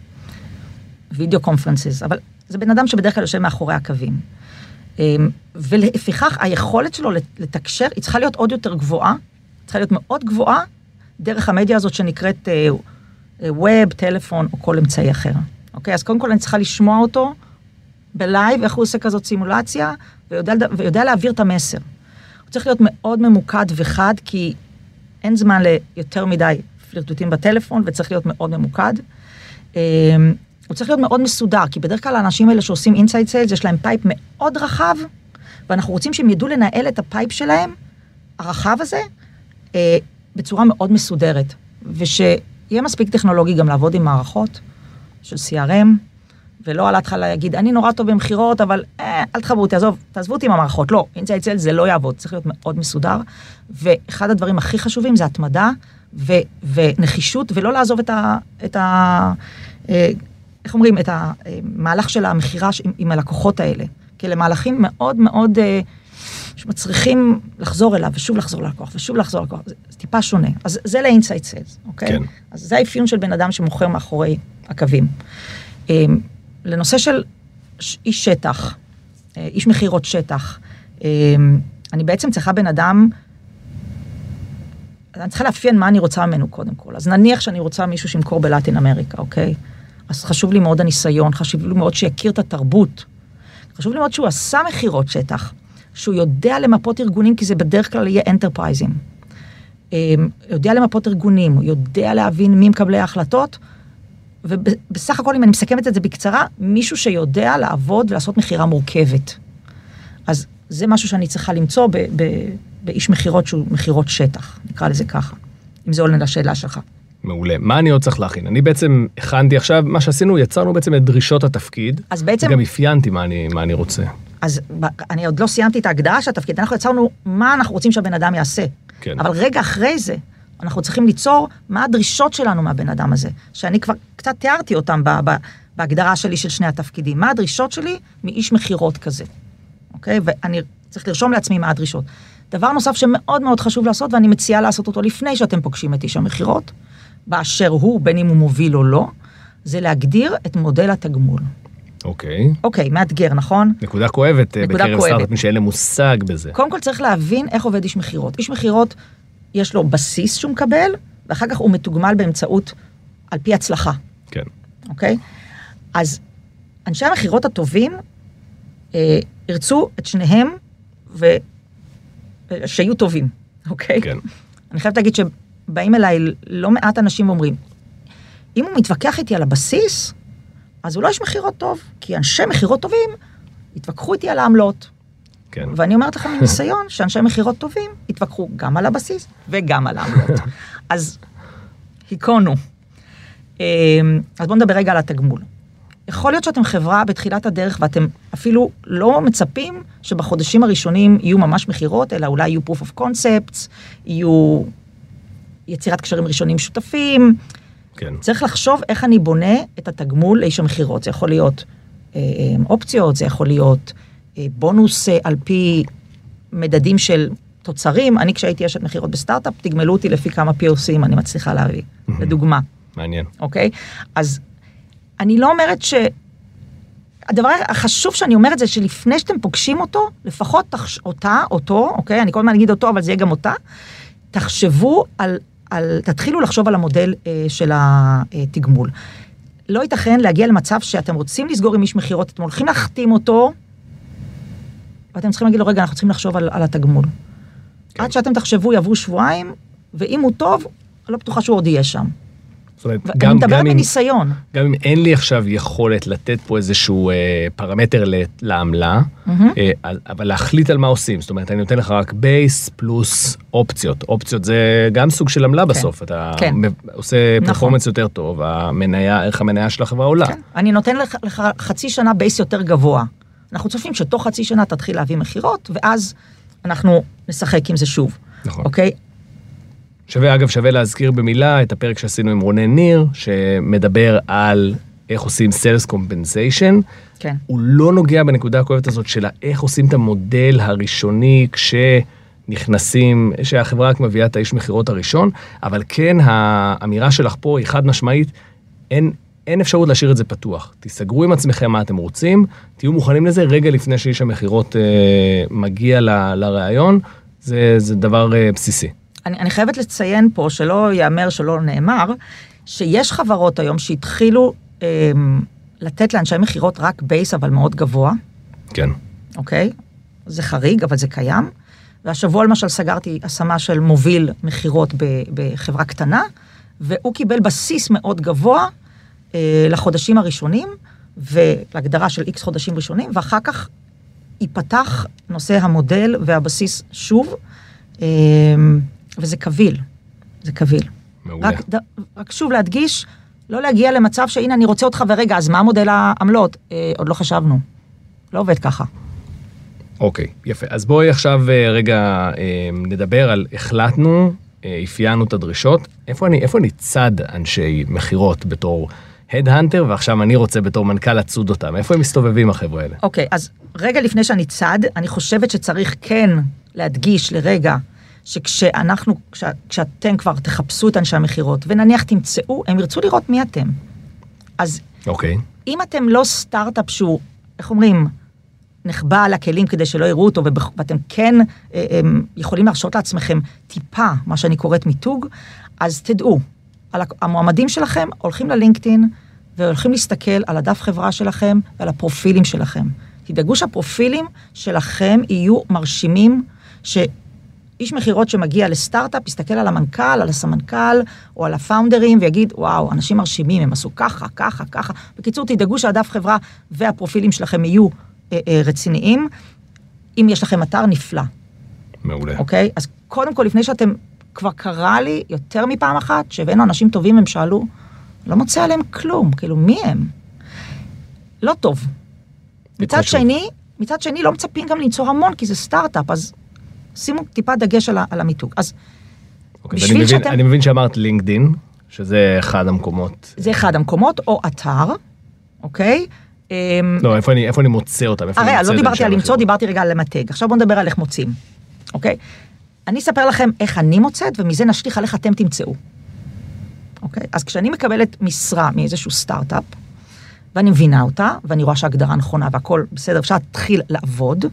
בווידאו קונפרנסס, אבל זה בן אדם שבדרך כלל יושב מאחורי הקווים. Um, ולפיכך, היכולת שלו לתקשר, היא צריכה להיות עוד יותר גבוהה, צריכה להיות מאוד גבוהה, דרך המדיה הזאת שנקראת uh, ווב, טלפון או כל אמצעי אחר. אוקיי? אז קודם כל אני צריכה לשמוע אותו בלייב, איך הוא עושה כזאת סימולציה, ויודע, ויודע להעביר את המסר. הוא צריך להיות מאוד ממוקד וחד, כי אין זמן ליותר מדי פלירטוטים בטלפון, וצריך להיות מאוד ממוקד. הוא צריך להיות מאוד מסודר, כי בדרך כלל האנשים האלה שעושים inside sales, יש להם פייפ מאוד רחב, ואנחנו רוצים שהם ידעו לנהל את הפייפ שלהם, הרחב הזה, בצורה מאוד מסודרת, ושיהיה מספיק טכנולוגי גם לעבוד עם מערכות של סי אר אם, ולא על התחלה להגיד, אני נורא טוב במחירות, אבל אה, אל תחברו אותי, עזוב, תעזבו אותי עם המערכות. לא, inside sales זה לא יעבוד, צריך להיות מאוד מסודר, ואחד הדברים הכי חשובים זה התמדה ו- ונחישות, ולא לעזוב את ה... את ה אה, איך אומרים? את המהלך של המחירה עם, עם הלקוחות האלה. כי למהלכים מאוד מאוד אה, שמצריכים לחזור אליו, ושוב לחזור ללקוח, ושוב לחזור ללקוח. זה, זה טיפה שונה. אז זה ל-inside sales, אוקיי? כן. אז זה האפיון של בן אדם שמוכר מאחורי הקווים. אה, לנושא של איש שטח, איש מחירות שטח, אני בעצם צריכה בן אדם, אני צריכה לאפיין מה אני רוצה ממנו קודם כל. אז נניח שאני רוצה מישהו שימכור בלטין אמריקה, אוקיי? אז חשוב לי מאוד הניסיון, חשוב לי מאוד שיכיר את התרבות, חשוב לי מאוד שהוא עשה מחירות שטח, שהוא יודע למפות ארגונים, כי זה בדרך כלל יהיה אנטרפרייזים. יודע למפות ארגונים, הוא יודע להבין מי מקבלי ההחלטות, ובסך הכל, אם אני מסכמת את זה בקצרה, מישהו שיודע לעבוד ולעשות מחירה מורכבת. אז זה משהו שאני צריכה למצוא ב- ב- באיש מחירות שהוא מחירות שטח, נקרא לזה ככה, אם זה עולה לשאלה שלך. מעולה. מה אני עוד צריך להכין? אני בעצם הכנתי עכשיו, מה שעשינו, יצרנו בעצם את דרישות התפקיד, אז בעצם... וגם אפיינתי מה אני, מה אני רוצה. אז אני עוד לא סיימתי את ההגדרה של התפקיד, אנחנו יצרנו מה אנחנו רוצים שהבן אדם יעשה. כן. אבל רגע אחרי זה, אנחנו צריכים ליצור מה הדרישות שלנו מהבן אדם הזה, שאני כבר קצת תיארתי אותם ב- ב- בהגדרה שלי של שני התפקידים. מה הדרישות שלי מאיש מחירות כזה, אוקיי? ואני צריך לרשום לעצמי מה הדרישות. דבר נוסף שמאוד מאוד חשוב לעשות, ואני מציעה לעשות אותו לפני שאתם פוגשים את איש המחירות, באשר הוא, בין אם הוא מוביל או לא, זה להגדיר את מודל התגמול. אוקיי. אוקיי, מאתגר, נכון? נקודה כואבת נקודה בקרב כואבת. סטארט-אפים שאין להם מושג בזה. קודם כל צריך להבין איך עובד איש מחירות. איש מחירות, יש לו בסיס שהוא מקבל, ואחר כך הוא מתוגמל באמצעות, על פי הצלחה. כן. אוקיי? אז אנשי המחירות הטובים, אה, ירצו את שניהם, ושיהיו טובים, אוקיי? כן. אני חייבת להגיד שבאים אליי לא מעט אנשים ואומרים, אם הוא מתווכח איתי על הבסיס, אז הוא לא איש מחירות טוב, כי אנשי מחירות טובים יתווכחו איתי על העמלות. כן. ואני אומרת לכם מניסיון, שאנשי מחירות טובים יתווכחו גם על הבסיס וגם על העמלות. אז היכונו. אז בואו נדבר רגע על התגמול. יכול להיות שאתם חברה בתחילת הדרך, ואתם אפילו לא מצפים שבחודשים הראשונים יהיו ממש מחירות, אלא אולי יהיו proof of concepts, יהיו יצירת קשרים ראשונים שותפים. כן. צריך לחשוב איך אני בונה את התגמול לאיש המחירות. זה יכול להיות אה, אופציות, זה יכול להיות אה, בונוס אה, על פי מדדים של תוצרים. אני כשהייתי אשת מחירות בסטארט-אפ, תגמלו אותי לפי כמה פי או סים אני מצליחה להביא, לדוגמה. מעניין. אוקיי? אז אני לא אומרת ש... הדבר החשוב שאני אומרת זה שלפני שאתם פוגשים אותו, לפחות תחש... אותה, אותו, אוקיי? אני כל הזמן אגיד אותו, אבל זה יהיה גם אותה. תחשבו על, על... תתחילו לחשוב על המודל אה, של התגמול. לא ייתכן להגיע למצב שאתם רוצים לסגור עם איש מחירות, אתם הולכים להחתים אותו, ואתם צריכים להגיד לו, רגע, אנחנו צריכים לחשוב על, על התגמול. כן. עד שאתם תחשבו, יעברו שבועיים, ואם הוא טוב, אני לא בטוחה שהוא עוד יהיה שם. זאת אומרת, אני גם, מדברת גם אם, מניסיון. גם אם אין לי עכשיו יכולת לתת פה איזשהו אה, פרמטר לעמלה, Mm-hmm. אה, אבל להחליט על מה עושים. זאת אומרת, אני נותן לך רק בייס פלוס אופציות. אופציות זה גם סוג של עמלה בסוף. אתה כן. עושה נכון. פרפורמנס יותר טוב, המניה, ערך המניה של החברה עולה. כן. אני נותן לך, לך חצי שנה בייס יותר גבוה. אנחנו צופים שתוך חצי שנה תתחיל להביא מחירות, ואז אנחנו נשחק עם זה שוב. נכון. אוקיי? שווה, אגב, שווה להזכיר במילה את הפרק שעשינו עם רונן ניר, שמדבר על איך עושים Sales Compensation. כן. הוא לא נוגע בנקודה הכואבת הזאת של איך עושים את המודל הראשוני כשנכנסים, שהחברה רק מביאה את האיש מחירות הראשון, אבל כן, האמירה שלך פה היא חד משמעית, אין, אין אפשרות להשאיר את זה פתוח. תיסגרו עם עצמכם מה אתם רוצים, תהיו מוכנים לזה רגע לפני שאיש המחירות אה, מגיע ל, לרעיון, זה, זה דבר אה, בסיסי. אני, אני חייבת לציין פה, שלא יאמר שלא נאמר, שיש חברות היום שהתחילו אה, לתת לאנשי מחירות רק בייס, אבל מאוד גבוה. כן. אוקיי? זה חריג, אבל זה קיים. והשבוע למשל סגרתי השמה של מוביל מחירות בחברה קטנה, והוא קיבל בסיס מאוד גבוה אה, לחודשים הראשונים, ולהגדרה של איקס חודשים ראשונים, ואחר כך ייפתח נושא המודל והבסיס שוב, אה, וזה קביל. זה קביל. מעולה. רק, ד, רק שוב להדגיש, לא להגיע למצב שהנה אני רוצה אותך ורגע, אז מה מודל העמלות? אה, עוד לא חשבנו. לא עובד ככה. אוקיי, יפה. אז בואי עכשיו רגע נדבר על החלטנו, אפיינו את הדרישות. איפה אני, איפה אני צד אנשי מחירות בתור הדהנטר, ועכשיו אני רוצה בתור מנכ"ל לצוד אותם? איפה הם מסתובבים החבר'ה האלה? אוקיי, אז רגע לפני שאני צד, אני חושבת שצריך כן להדגיש לרגע, שכשאנחנו, כש, כשאתם כבר תחפשו את אנשי המחירות, ונניח תמצאו, הם ירצו לראות מי אתם. אז אוקיי. אם אתם לא סטארט-אפ שהוא, איך אומרים, נחבא על הכלים כדי שלא יראו אותו, ואתם כן יכולים להרשות לעצמכם טיפה, מה שאני קוראת מיתוג, אז תדעו, המועמדים שלכם הולכים ללינקדאין, והולכים להסתכל על הדף חברה שלכם, ועל הפרופילים שלכם. תדאגו שהפרופילים שלכם יהיו מרשימים, שאיש מחירות שמגיע לסטארט-אפ, יסתכל על המנכ"ל, על הסמנכ"ל, או על הפאונדרים, ויגיד, וואו, אנשים מרשימים, הם עשו ככה, ככה, ככה. בקיצור, תדאגו שהדף חברה והפרופילים שלכם יהיו רציניים, אם יש לכם אתר נפלא. מעולה. אוקיי? אז קודם כל, לפני שאתם, כבר קרה לי יותר מפעם אחת, שהבאנו אנשים טובים, הם שאלו, לא מוצא עליהם כלום, כאילו, מי הם? לא טוב. מצד שני, מצד שני, לא מצפים גם למצוא המון, כי זה סטארט-אפ, אז שימו טיפה דגש על, על המיתוג. אז אוקיי, בשביל אני, מבין, שאתם... אני מבין שאמרת לינקדין, שזה אחד המקומות. זה אחד המקומות, או אתר, אוקיי? לא, איפה אני, איפה אני מוצא אותם? הרי, לא דיברתי על למצוא, דיברתי רגע על למתג. עכשיו בואו נדבר על איך מוצאים, אוקיי? אני אספר לכם איך אני מוצאת, ומזה נשליך על איך אתם תמצאו. אוקיי? אז כשאני מקבלת משרה מאיזשהו סטארט-אפ, ואני מבינה אותה, ואני רואה שההגדרה נכונה, והכל בסדר, אפשר להתחיל לעבוד,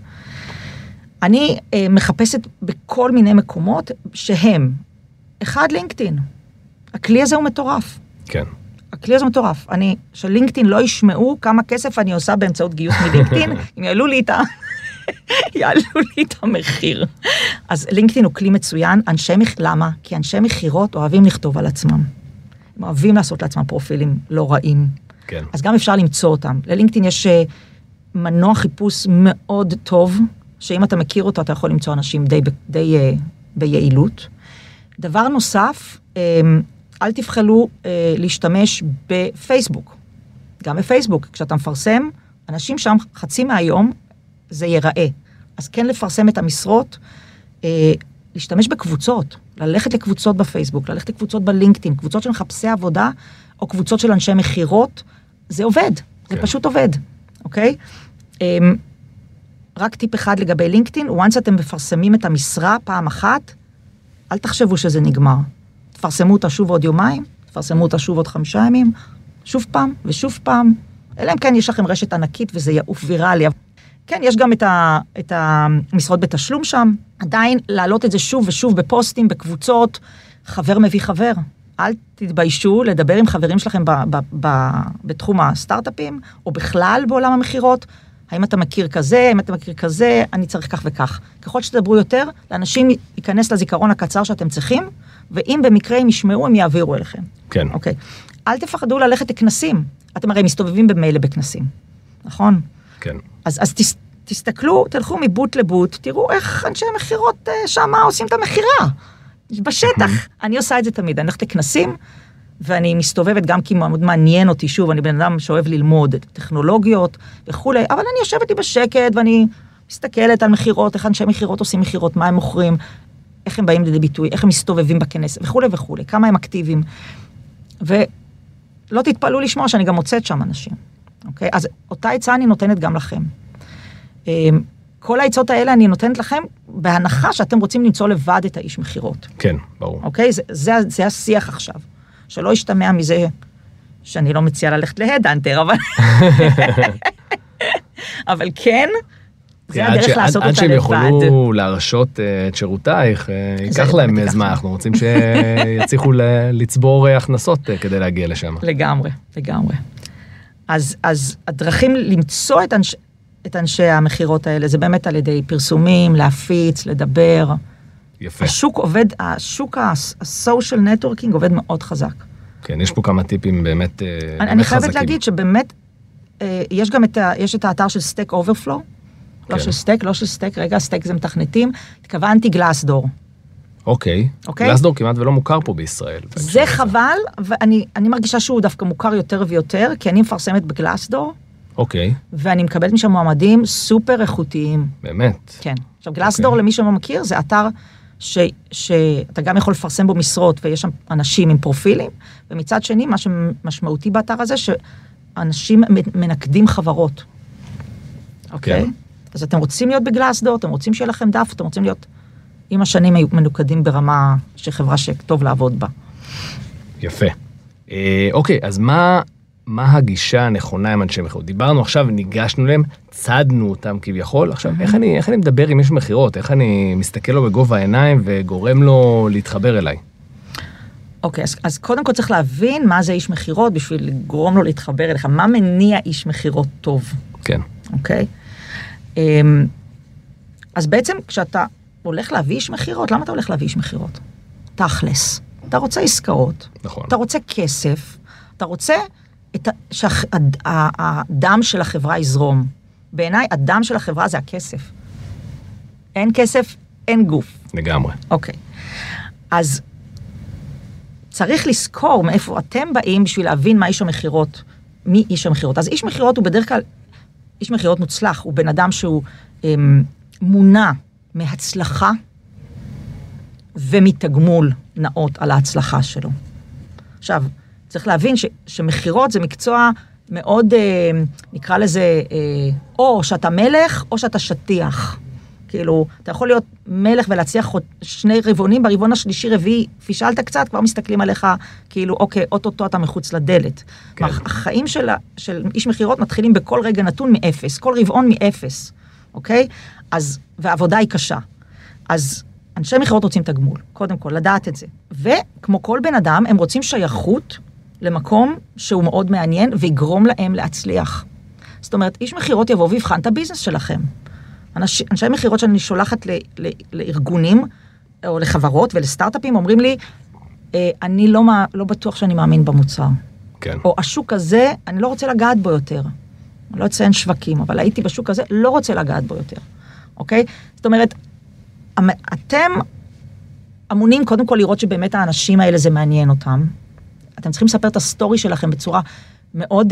אני אה, מחפשת בכל מיני מקומות שהם, אחד, לינקדאין. הכלי הזה הוא מטורף. כן. הכלי הזה מטורף. אני, שלינקדאין לא ישמעו כמה כסף אני עושה באמצעות גיוס מלינקדאין, אם יעלו לי את ה... יעלו לי את המחיר. אז לינקדאין הוא כלי מצוין, אנשי מח... למה? כי אנשי מחירות אוהבים לכתוב על עצמם. הם אוהבים לעשות לעצמם פרופילים לא רעים. כן. אז גם אפשר למצוא אותם. ללינקדאין יש מנוע חיפוש מאוד טוב, שאם אתה מכיר אותו, אתה יכול למצוא אנשים די, די uh, ביעילות. דבר נוסף, um, אל תבחלו uh, להשתמש בפייסבוק. גם בפייסבוק, כשאתה מפרסם, אנשים שם חצי מהיום, זה ייראה. אז כן לפרסם את המשרות, uh, להשתמש בקבוצות, ללכת לקבוצות בפייסבוק, ללכת לקבוצות בלינקדאין, קבוצות של מחפשי עבודה, או קבוצות של אנשי מחירות, זה עובד, זה כן. פשוט עובד, אוקיי? Um, רק טיפ אחד לגבי לינקדאין, once אתם מפרסמים את המשרה פעם אחת, אל תחשבו שזה נגמר. תפרסמו אותה שוב עוד יומיים, תפרסמו אותה שוב עוד חמישה ימים, שוב פעם ושוב פעם, אלא אם כן יש לכם רשת ענקית וזה יעוף ויראלי. כן, יש גם את, ה, את המשרות בתשלום שם, עדיין להעלות את זה שוב ושוב בפוסטים, בקבוצות, חבר מביא חבר. אל תתביישו לדבר עם חברים שלכם ב, ב, ב, בתחום הסטארט-אפים, או בכלל בעולם המחירות, האם אתה מכיר כזה, האם אתה מכיר כזה, אני צריך כך וכך. ככל שתדברו יותר, לאנשים ייכנס לזיכרון הקצר שאתם צריכים, ואם במקרה הם ישמעו, הם יעבירו אליכם. כן. אוקיי. אל תפחדו ללכת לכנסים. אתם הרי מסתובבים במילא בכנסים, נכון? כן. אז, אז תס, תסתכלו, תלכו מבוט לבוט, תראו איך אנשי המחירות שם עושים את המחירה. בשטח. אני עושה את זה תמיד, אני הולכת לכנסים, ואני מסתובבת גם כי מאוד מעניין אותי, שוב, אני בן אדם שאוהב ללמוד טכנולוגיות וכולי, אבל אני יושבת לי בשקט, ואני מסתכלת על מחירות, איך אנשי מחירות עושים מחירות, מה הם מוכרים, איך הם באים לידי ביטוי, איך הם מסתובבים בכנס, וכולי וכולי, כמה הם אקטיביים. ולא תתפלאו לשמוע שאני גם מוצאת שם אנשים, אוקיי? אז אותה עצה אני נותנת גם לכם. כל העצות האלה אני נותנת לכם, בהנחה שאתם רוצים למצוא לבד את האיש מחירות. כן, ברור. אוקיי? זה, זה, זה השיח עכשיו. שלא ישתמע מזה שאני לא מציעה ללכת להדהנטר, אבל... אבל כן, זה הדרך לעשות אותה לבד. עד שהם יוכלו להרשות את שירותייך, ייקח להם זמן, אנחנו רוצים שיצליחו לצבור הכנסות כדי להגיע לשם. לגמרי, לגמרי. אז, אז הדרכים למצוא את, אנש, את אנשי המחירות האלה, זה באמת על ידי פרסומים, להפיץ, לדבר. יפה. השוק עובד, השוק הסושיאל נטוורקינג עובד מאוד חזק. כן, יש פה כמה טיפים באמת חזקים. אני חייבת להגיד שבאמת, יש גם את, יש את האתר של סטק אוברפלו, לא של סטק, לא של סטק, רגע, סטק זה מתכנתים, התכוונתי גלאסדור. אוקיי. גלאסדור כמעט ולא מוכר פה בישראל. זה חבל, ואני מרגישה שהוא דווקא מוכר יותר ויותר, כי אני מפרסמת בגלאסדור, אוקיי. ואני מקבלת משם מועמדים סופר איכותיים. באמת? כן. עכשיו, גלאסדור, למי שלא מכיר, זה אתר ש, שאתה גם יכול לפרסם בו משרות, ויש שם אנשים עם פרופילים, ומצד שני, מה שמשמעותי באתר הזה, שאנשים מנקדים חברות. אוקיי? כן. אז אתם רוצים להיות בגלאסדור, אתם רוצים שיהיה לכם דף, אתם רוצים להיות עם השנים מנוקדים ברמה של חברה שטוב לעבוד בה. יפה. אה, אוקיי, אז מה... מה הגישה הנכונה עם אנשי מחירות? דיברנו עכשיו, ניגשנו להם, צדנו אותם כביכול, עכשיו, איך אני, איך אני מדבר עם מישהו מחירות? איך אני מסתכל לו בגובה העיניים וגורם לו להתחבר אליי? אוקיי, אז, אז קודם כל צריך להבין מה זה איש מחירות, בשביל לגרום לו להתחבר אליך, מה מניע איש מחירות טוב. כן. אוקיי? אז בעצם כשאתה הולך להביא איש מחירות, למה אתה הולך להביא איש מחירות? תכלס. אתה רוצה עסקאות. נכון. אתה רוצה כסף, אתה רוצה... שהדם של החברה יזרום. בעיניי, הדם של החברה זה הכסף. אין כסף, אין גוף. לגמרי. אוקיי. אז צריך לזכור מאיפה אתם באים בשביל להבין מה איש המחירות, מי איש המחירות. אז איש מחירות הוא בדרך כלל, איש מחירות מוצלח, הוא בן אדם שהוא אמ, מונע מהצלחה ומתגמול נאות על ההצלחה שלו. עכשיו, צריך להבין ש, שמחירות זה מקצוע מאוד, אה, נקרא לזה, אה, או שאתה מלך, או שאתה שטיח. כאילו, אתה יכול להיות מלך ולהצליח שני רבעונים, ברבעון השלישי רביעי, פישלת קצת, כבר מסתכלים עליך, כאילו, אוקיי, אוטוטו אתה מחוץ לדלת. כן. החיים של, של איש מחירות מתחילים בכל רגע נתון מאפס, כל רבעון מאפס, אוקיי? אז, והעבודה היא קשה. אז אנשי מחירות רוצים תגמול, קודם כל, לדעת את זה. וכמו כל בן אדם, הם רוצים שייכות למקום שהוא מאוד מעניין, ויגרום להם להצליח. זאת אומרת, איש מחירות יבוא ויבחן את הביזנס שלכם. אנשי, אנשי מחירות שאני שולחת ל, ל, לארגונים, או לחברות ולסטארט-אפים, אומרים לי, אני לא, לא בטוח שאני מאמין במוצר. כן. או השוק הזה, אני לא רוצה לגעת בו יותר. אני לא אציין שווקים, אבל הייתי בשוק הזה, לא רוצה לגעת בו יותר. אוקיי? זאת אומרת, אתם אמונים קודם כל לראות שבאמת האנשים האלה זה מעניין אותם. אתם צריכים לספר את הסטורי שלכם בצורה מאוד,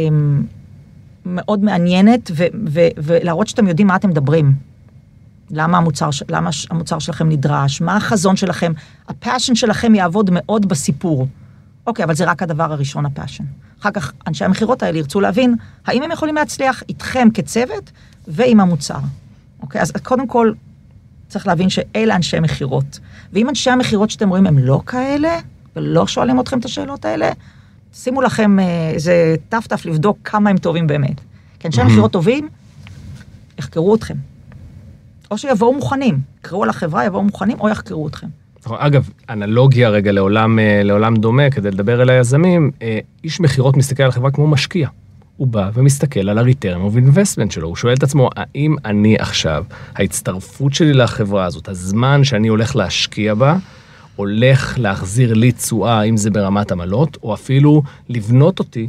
מאוד מעניינת, ו, ו, ולהראות שאתם יודעים מה אתם מדברים. למה המוצר, למה המוצר שלכם נדרש, מה החזון שלכם, הפאשן שלכם יעבוד מאוד בסיפור. אוקיי, אבל זה רק הדבר הראשון, הפאשן. אחר כך אנשי המחירות האלה ירצו להבין, האם הם יכולים להצליח איתכם כצוות ועם המוצר. אוקיי, אז קודם כל צריך להבין שאלה אנשי מחירות. ואם אנשי המחירות שאתם רואים הם לא כאלה, ולא שואלים אתכם את השאלות האלה, שימו לכם איזה טף-טף לבדוק כמה הם טובים באמת. כי אנשי המחירות טובים, יחקרו אתכם. או שיבואו מוכנים, יקראו על החברה, יבואו מוכנים, או יחקרו אתכם. אגב, אנלוגיה רגע לעולם, לעולם דומה, כדי לדבר אל היזמים, איש מחירות מסתכל על החברה כמו משקיע. הוא בא ומסתכל על ה-return of investment שלו, הוא שואל את עצמו, האם אני עכשיו, ההצטרפות שלי לחברה הזאת, הזמן שאני הולך להשקיע בה, הולך להחזיר לי תשואה, אם זה ברמת עמלות, או אפילו לבנות אותי,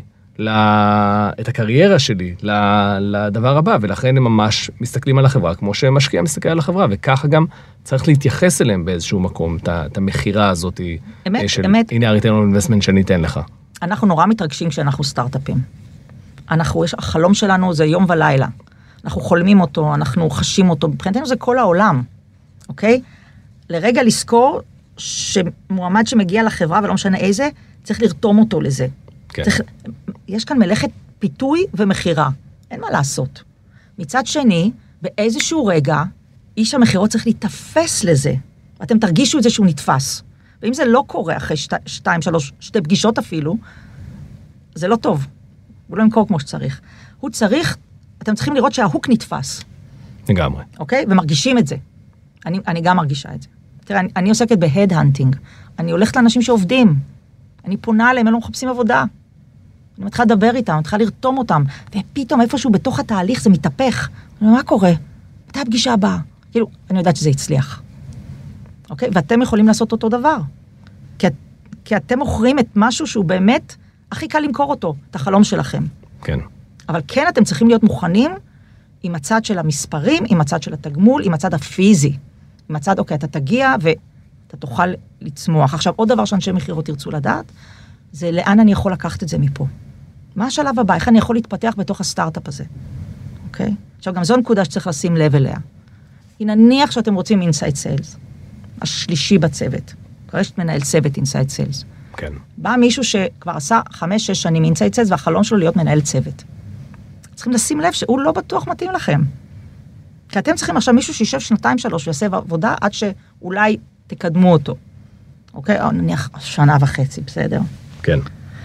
את הקריירה שלי, לדבר הבא, ולכן הם ממש מסתכלים על החברה, כמו שמשקיע מסתכל על החברה, וככה גם צריך להתייחס אליהם באיזשהו מקום, את המחירה הזאת, אמת, של, אמת. הנה ה-return on investment שאני אתן לך. אנחנו נורא מתרגשים כשאנחנו סטארט-אפים. אנחנו, יש, החלום שלנו זה יום ולילה. אנחנו חולמים אותו, אנחנו חשים אותו, מבחינתנו זה כל העולם, אוקיי? לרגע לזכור שמועמד שמגיע לחברה, ולא משנה איזה, צריך לרתום אותו לזה. כן. צריך, יש כאן מלאכת פיתוי ומחירה. אין מה לעשות. מצד שני, באיזשהו רגע, איש המחירות צריך להתאפס לזה. ואתם תרגישו את זה שהוא נתפס. ואם זה לא קורה אחרי שתי, שתיים, שלוש, שתי פגישות אפילו, זה לא טוב. הוא לא ימכור כמו שצריך. הוא צריך, אתם צריכים לראות שההוק נתפס. לגמרי. אוקיי? ומרגישים את זה. אני, אני גם מרגישה את זה. תראה, אני, אני עוסקת בהד-הנטינג. אני הולכת לאנשים שעובדים. אני פונה אליהם, הם לא מחפשים עבודה. אני מתחילה לדבר איתם, אני מתחילה לרתום אותם, ופתאום איפשהו בתוך התהליך זה מתהפך. אני אומר, מה קורה? מתי הפגישה הבאה? כאילו, אני יודעת שזה יצליח. אוקיי? ואתם יכולים לעשות אותו דבר. כי, כי אתם מוכרים את משהו שהוא באמת הכי קל למכור אותו, את החלום שלכם. כן. אבל כן, אתם צריכים להיות מוכנים עם הצד של המספרים, עם הצד של התגמול, עם הצד הפיזי. עם הצד, אוקיי, אתה תגיע ואתה תוכל לצמוח. עכשיו, עוד דבר שאנשי מחירות ירצו לדעת, זה לאן אני יכול לקחת את זה מפה. מה השלב הבא? איך אני יכול להתפתח בתוך הסטארט-אפ הזה? אוקיי? עכשיו, גם זו נקודה שצריך לשים לב אליה. היא נניח שאתם רוצים inside sales, השלישי בצוות. כבר יש מנהל צוות inside sales. כן. בא מישהו שכבר עשה חמש, שש שנים inside sales, והחלום שלו להיות מנהל צוות. צריכים לשים לב שהוא לא בטוח מתאים לכם. כי אתם צריכים עכשיו מישהו שישב שנתיים שלוש ויעשה עבודה עד שאולי תקדמו אותו. אוקיי? או נניח שנה וחצי, בסדר? כן.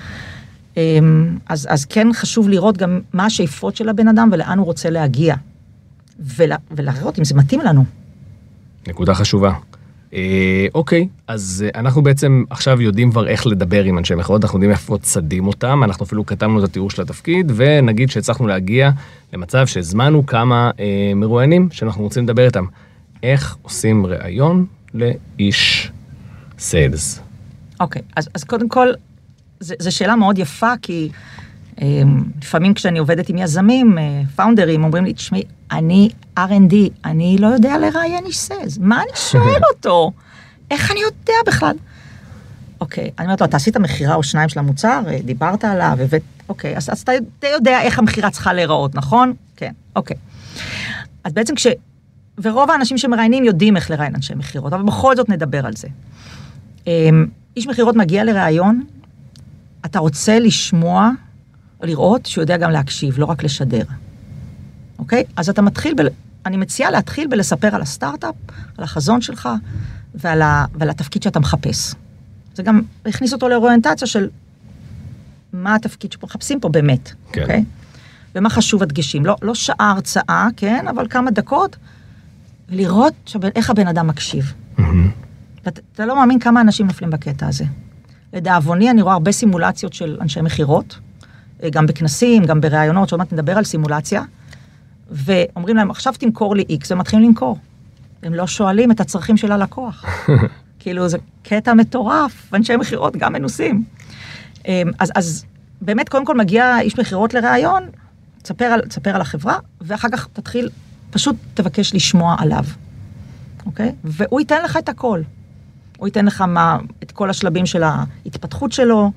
אז, אז כן חשוב לראות גם מה השאיפות של הבן אדם ולאן הוא רוצה להגיע. ולה, ולראות אם זה מתאים לנו. נקודה חשובה. אה, אוקיי, אז אנחנו בעצם עכשיו יודעים כבר איך לדבר עם אנשי מחירות, אנחנו יודעים איפה צדים אותם, אנחנו אפילו כתבנו את התיאור של התפקיד, ונגיד שהצלחנו להגיע למצב שהזמנו כמה אה, מרואיינים שאנחנו רוצים לדבר איתם. איך עושים ראיון לאיש סיילס? אוקיי, אז, אז קודם כל, זו שאלה מאוד יפה, כי אה, לפעמים כשאני עובדת עם יזמים, אה, פאונדרים, אומרים לי, תשמעי, אני אר אנד די, אני לא יודע לראיין איש סיילס, מה אני שואל אותו? איך אני יודע בכלל? אוקיי, אני אומרת לו, אתה עשית מחירה או שניים של המוצר, דיברת עליו, ובאת, אוקיי, אז, אז אתה יודע איך המחירה צריכה להיראות, נכון? כן, אוקיי. אז בעצם כש... ורוב האנשים שמראיינים יודעים איך לראיין אנשי מחירות, אבל בכל זאת נדבר על זה. איש מחירות מגיע לראיון, אתה רוצה לשמוע או לראות שהוא יודע גם להקשיב, לא רק לשדר. אוקיי? אז אתה מתחיל אני מציעה להתחיל בלספר על הסטארט-אפ, על החזון שלך, ועל, ה, ועל התפקיד שאתה מחפש. זה גם הכניס אותו לאוריינטציה של מה התפקיד שמחפשים פה באמת, כן. אוקיי? ומה חשוב הדגשים. לא, לא שעה הרצאה, כן, אבל כמה דקות, ולראות שבין, איך הבן אדם מקשיב. Mm-hmm. אתה, אתה לא מאמין כמה אנשים נופלים בקטע הזה. לדאבוני, אני רואה הרבה סימולציות של אנשי מחירות, גם בכנסים, גם בראיונות, שעוד מעט נדבר על סימולציה, ואומרים להם, עכשיו תמכור לי X, ומתחילים למכור. הם לא שואלים את הצרכים של הלקוח. כאילו, זה קטע מטורף, ואנשי מחירות גם מנוסים. אז, אז באמת, קודם כל מגיע איש מחירות לראיון, תספר על, תספר על החברה, ואחר כך תתחיל, פשוט תבקש לשמוע עליו. אוקיי? והוא ייתן לך את הכל. הוא ייתן לך מה, את כל השלבים של ההתפתחות שלו.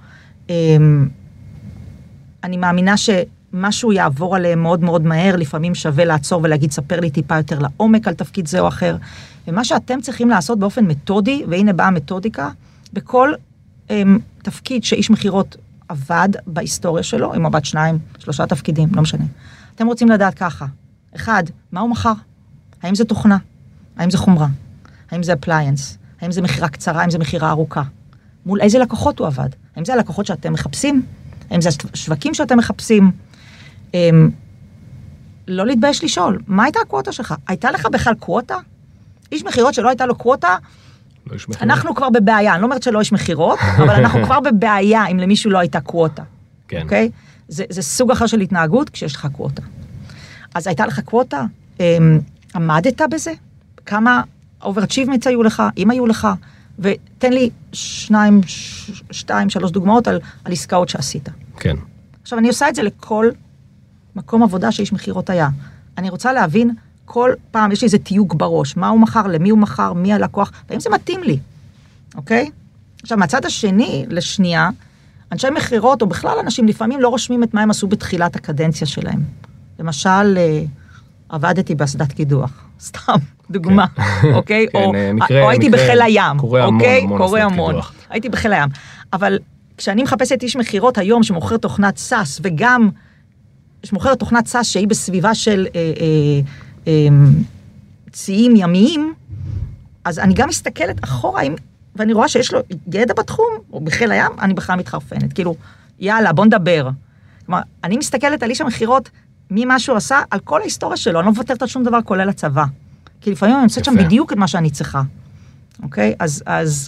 אני מאמינה שמשהו יעבור עליהם מאוד מאוד מהר, לפעמים שווה לעצור ולהגיד, ספר לי טיפה יותר לעומק על תפקיד זה או אחר. ומה שאתם צריכים לעשות באופן מתודי, והנה באה מתודיקה, בכל הם, תפקיד שאיש מחירות עבד בהיסטוריה שלו, עם עבד שניים, שלושה תפקידים, לא משנה. אתם רוצים לדעת ככה. אחד, מה הוא מחר? האם זה תוכנה? האם זה חומרה? האם זה אפליינס? האם זה מחירה קצרה? האם זה מחירה ארוכה? מול איזה לקוחות הוא עבד? האם זה הלקוחות שאתם מחפשים? האם זה השווקים שאתם מחפשים? הם, לא להתבייש לשאול, מה הייתה הקווטה שלך? הייתה לך בכלל קווטה? איש מחירות שלא הייתה לו קווטה? לא איש מחירות. אנחנו כבר בבעיה, אני לא אומרת שלא איש מחירות, אבל אנחנו כבר בבעיה אם למישהו לא הייתה קווטה. כן. אוקיי? זה, זה סוג אחר של התנהגות כשיש לך קווטה. אז הייתה לך קווטה? עמדת בזה? כמה אוברצ'יבמנטס היו לך? אם היו לך? ותן לי שניים, שתיים, שלוש דוגמאות על, על עסקאות שעשית. כן. עכשיו, אני עושה את זה לכל מקום עבודה שאיש מחירות היה. אני רוצה להבין, כל פעם יש לי איזה תיוג בראש, מה הוא מחר, למי הוא מחר, מי הלקוח, והאם זה מתאים לי, אוקיי? עכשיו, מהצד השני, לשנייה, אנשי מחירות, או בכלל אנשים, לפעמים לא רושמים את מה הם עשו בתחילת הקדנציה שלהם. למשל, עבדתי באסדת קידוח, סתם, דוגמה, אוקיי? או הייתי בחיל הים, אוקיי? קורה המון. הייתי בחיל הים. אבל כשאני מחפשת איש מחירות היום, שמוכר תוכנת סאס, וגם שמוכר תוכנת סאס שהיא בסביבה של ציים ימיים, אז אני גם מסתכלת אחורה, ואני רואה שיש לו ידע בתחום, או בחיל הים, אני בכלל מתחרפנת. כאילו, יאללה, בוא נדבר. כלומר, אני מסתכלת על איש המחירות, מי מה שהוא עשה, על כל ההיסטוריה שלו, אני לא מוותרת על שום דבר, כולל הצבא. כי לפעמים אני עושה שם בדיוק את מה שאני צריכה. אוקיי? אז, אז,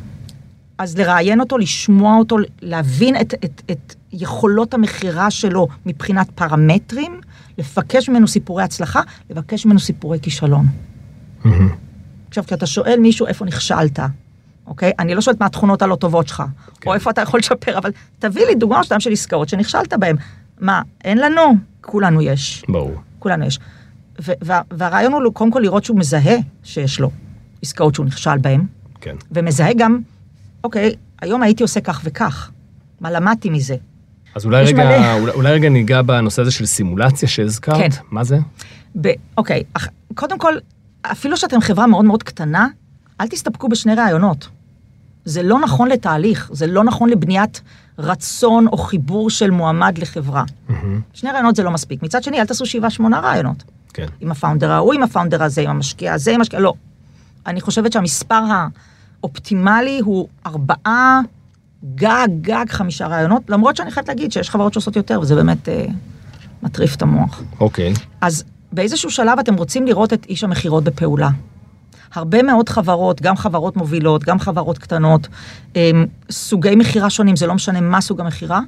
אז לראיין אותו, לשמוע אותו, להבין את, את, את יכולות המחירה שלו מבחינת פרמטרים, לפקש ממנו סיפורי הצלחה, לבקש ממנו סיפורי כישלון. Mm-hmm. עכשיו, כי אתה שואל מישהו איפה נכשלת, אוקיי? אני לא שואלת מה התכונות הלא טובות שלך, כן. או איפה אתה יכול לשפר, אבל תביא לי דוגמה שתיים של עסקאות שנכשלת בהן. מה, אין לנו? כולנו יש. ברור. כולנו יש. וה, והרעיון הוא קודם כל לראות שהוא מזהה שיש לו עסקאות שהוא נכשל בהן, כן. ומזהה גם, אוקיי, היום הייתי עושה כך וכך. מה למדתי מזה? אז אולי רגע, אולי, אולי רגע ניגע בנושא הזה של סימולציה שהזכרת. כן. מה זה? ב, אוקיי, קודם כל, אפילו שאתם חברה מאוד מאוד קטנה, אל תסתפקו בשני רעיונות. זה לא נכון לתהליך, זה לא נכון לבניית רצון או חיבור של מועמד לחברה. Mm-hmm. שני רעיונות זה לא מספיק. מצד שני, אל תעשו שבעה, שמונה רעיונות. כן. עם הפאונדר ההוא, עם הפאונדר הזה, עם המשקיע הזה, עם המשקיע... לא. אני חושבת שהמספר האופטימלי הוא ארבעה, גג, גג, חמישה רעיונות, למרות שאני חייבת להגיד שיש חברות שעושות יותר, וזה באמת אה, מטריף את המוח. אוקיי. אז באיזשהו שלב אתם רוצים לראות את איש המחירות בפעולה. הרבה מאוד חברות, גם חברות מובילות, גם חברות קטנות, סוגי מחירה שונים, זה לא משנה מה סוג המחירה,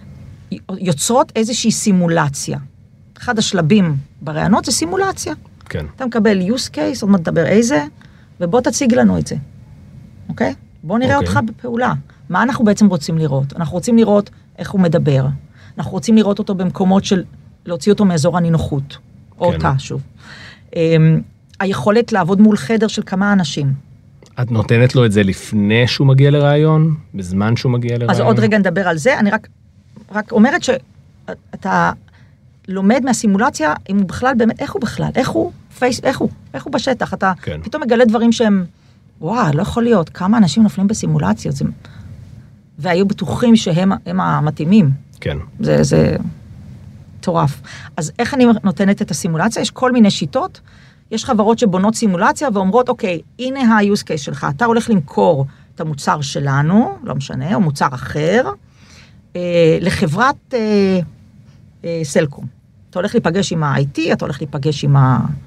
יוצרות איזושהי סימולציה. אחד השלבים ברעיונות זה סימולציה. כן. אתה מקבל use case, עוד מעט נדבר איזה, ובוא תציג לנו את זה. אוקיי? בוא נראה אוקיי. אותך בפעולה. מה אנחנו בעצם רוצים לראות? אנחנו רוצים לראות איך הוא מדבר. אנחנו רוצים לראות אותו במקומות של להוציא אותו מאזור הנינוחות. או אותה, שוב. היכולת לעבוד מול חדר של כמה אנשים. את נותנת לו את זה לפני שהוא מגיע לרעיון? בזמן שהוא מגיע לרעיון? אז עוד רגע נדבר על זה. אני רק, רק אומרת שאתה לומד מהסימולציה, אם הוא בכלל באמת, איך הוא בכלל? איך הוא? פייס, איך הוא? איך הוא בשטח? אתה כן. פתאום מגלה דברים שהם, וואו, לא יכול להיות. כמה אנשים נופלים בסימולציות? זה... והיו בטוחים שהם הם המתאימים. כן. זה, זה... מטורף. אז איך אני נותנת את הסימולציה? יש כל מיני שיטות. יש חברות שבונות סימולציה ואומרות, אוקיי, הנה ה-use case שלך, אתה הולך למכור את המוצר שלנו, לא משנה, או מוצר אחר, אה, לחברת אה, אה, סלקום. אתה הולך להיפגש עם ה-איי טי, אתה הולך להיפגש עם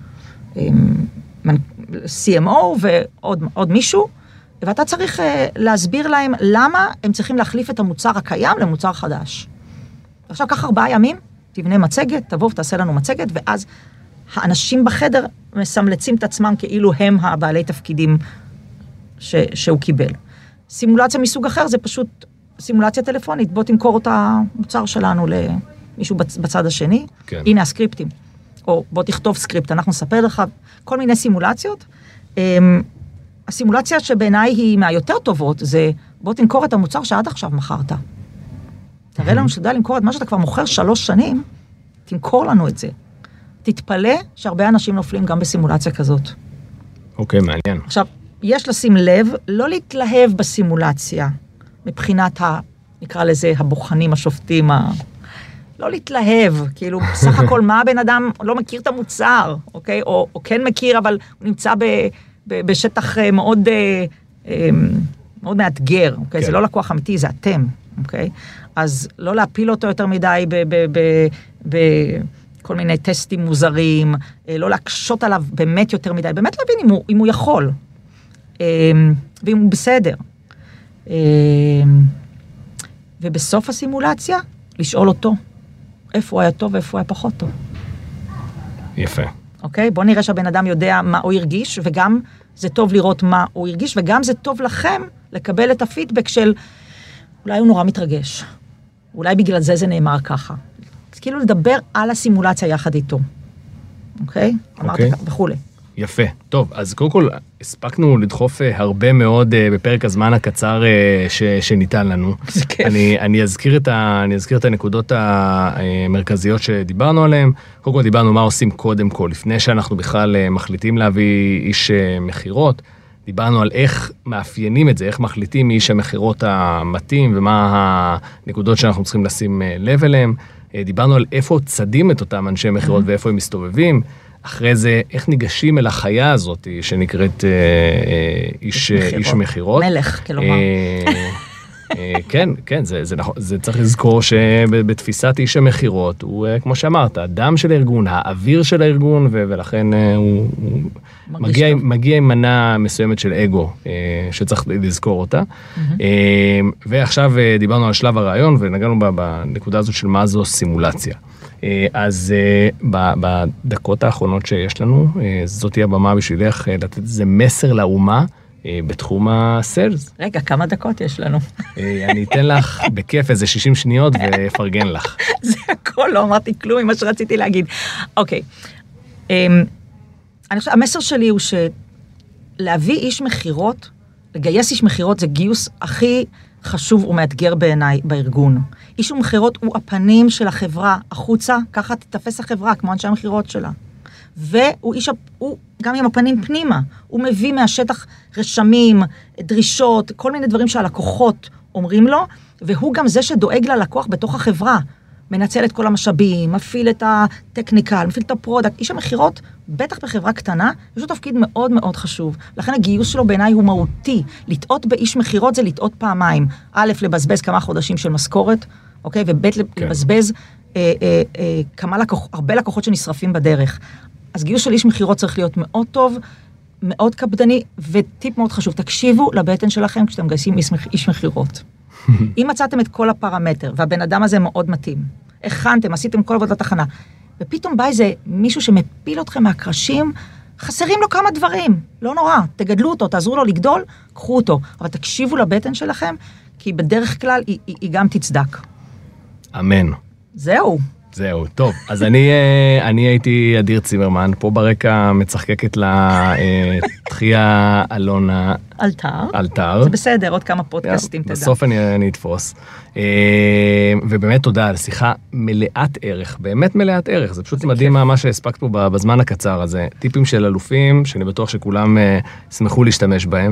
ה-סי אם או ועוד עוד מישהו, ואתה צריך אה, להסביר להם למה הם צריכים להחליף את המוצר הקיים למוצר חדש. עכשיו, קח ארבעה ימים, תבנה מצגת, תבוא ותעשה לנו מצגת, ואז האנשים בחדר מסמלצים את עצמם כאילו הם הבעלי תפקידים ש, שהוא קיבל. סימולציה מסוג אחר זה פשוט סימולציה טלפונית, בוא תמכור את המוצר שלנו למישהו בצד השני, כן. הנה הסקריפטים, או בוא תכתוב סקריפט, אנחנו נספר לך כל מיני סימולציות. הסימולציה שבעיניי היא מהיותר טובות, זה בוא תמכור את המוצר שעד עכשיו מכרת. תראה לנו שתדע למכור את מה שאתה כבר מוכר שלוש שנים, תמכור לנו את זה. תתפלא שהרבה אנשים נופלים גם בסימולציה כזאת. אוקיי, מעניין. עכשיו, יש לשים לב, לא להתלהב בסימולציה, מבחינת ה... נקרא לזה, הבוחנים, השופטים, ה... לא להתלהב, כאילו, בסך הכל מה הבן אדם לא מכיר את המוצר, אוקיי? או, או כן מכיר, אבל הוא נמצא ב, ב, בשטח מאוד, מאוד מאתגר, אוקיי? כן. זה לא לקוח אמיתי, זה אתם, אוקיי? אז לא להפיל אותו יותר מדי ב... ב, ב, ב כל מיני טסטים מוזרים, לא להקשות עליו באמת יותר מדי, באמת להבין אם הוא, אם הוא יכול, ואם הוא בסדר. ובסוף הסימולציה, לשאול אותו, איפה הוא היה טוב ואיפה הוא היה פחות טוב. יפה. אוקיי? בוא נראה שהבן אדם יודע מה הוא הרגיש, וגם זה טוב לראות מה הוא הרגיש, וגם זה טוב לכם לקבל את הפידבק של, אולי הוא נורא מתרגש, אולי בגלל זה זה נאמר ככה. כאילו לדבר על הסימולציה יחד איתו. אוקיי? אמרת וכולי. יפה. טוב, אז קודם כל, הספקנו לדחוף הרבה מאוד בפרק הזמן הקצר שניתן לנו. זה כיף. אני, אני אזכיר את ה, אני אזכיר את הנקודות המרכזיות שדיברנו עליהן. קודם כל דיברנו מה עושים קודם כל, לפני שאנחנו בכלל מחליטים להביא איש מחירות. דיברנו על איך מאפיינים את זה, איך מחליטים איש המחירות המתאים, ומה הנקודות שאנחנו צריכים לשים לב אליהם. דיברנו על איפה צדים את אותם אנשי מחירות ואיפה הם מסתובבים. אחרי זה, איך ניגשים אל החיה הזאת שנקראת איש, איש מחירות. מלך, כלומר. כן, כן, זה, זה, זה צריך לזכור שבתפיסת איש המחירות, הוא, כמו שאמרת, הדם של הארגון, האוויר של הארגון, ולכן הוא, הוא מגיע, מגיע עם מנה מסוימת של אגו, שצריך לזכור אותה. ועכשיו דיברנו על שלב הרעיון, ונגענו בנקודה הזאת של מה זו סימולציה. אז בדקות האחרונות שיש לנו, זאת תהיה הבמה בשבילך לתת איזה מסר לאומה, בתחום הסיילס. רגע, כמה דקות יש לנו? אני אתן לך בכיף איזה שישים שניות ואפרגן לך. זה הכל, לא אמרתי כלום ממה שרציתי להגיד. אוקיי. אני חושב, המסר שלי הוא שלהביא איש מחירות, לגייס איש מחירות זה גיוס הכי חשוב ומאתגר בעיניי בארגון. איש מחירות הוא הפנים של החברה החוצה, ככה תתפס החברה כמו אנשי המחירות שלה. והוא איש, הוא גם עם הפנים פנימה, הוא מביא מהשטח רשמים, דרישות, כל מיני דברים שהלקוחות אומרים לו, והוא גם זה שדואג ללקוח בתוך החברה, מנצל את כל המשאבים, מפעיל את הטכניקל, מפעיל את הפרודקט. איש המחירות, בטח בחברה קטנה, יש לו תפקיד מאוד מאוד חשוב. לכן הגיוס שלו בעיניי הוא מהותי. לטעות באיש מחירות זה לטעות פעמיים. א', לבזבז כמה חודשים של משכורת, אוקיי? וב', כן. לבזבז אה, אה, אה, כמה לקוח, הרבה לקוחות שנשרפים בדרך. אז גיוס של איש מחירות צריך להיות מאוד טוב, מאוד קפדני, וטיפ מאוד חשוב, תקשיבו לבטן שלכם כשאתם מגייסים איש מחירות. אם מצאתם את כל הפרמטר, והבן אדם הזה מאוד מתאים, הכנתם, עשיתם כל עבודת הכנה, ופתאום בא איזה מישהו שמפיל אתכם מהקרשים, חסרים לו כמה דברים, לא נורא, תגדלו אותו, תעזרו לו לגדול, קחו אותו, אבל תקשיבו לבטן שלכם, כי בדרך כלל היא, היא, היא גם תצדק. אמן. זהו. זהו, טוב, אז אני, אני הייתי אדיר צימרמן, פה ברקע מצחקקת לתחייה אלונה אלתר. אלתר. זה בסדר, עוד כמה פודקאסטים, תדע. בסוף אני, אני אתפוס. ובאמת תודה על שיחה מלאת ערך, באמת מלאת ערך, זה פשוט מדהים מה שהספקת פה בזמן הקצר הזה. טיפים של אלופים, שאני בטוח שכולם שמחו להשתמש בהם.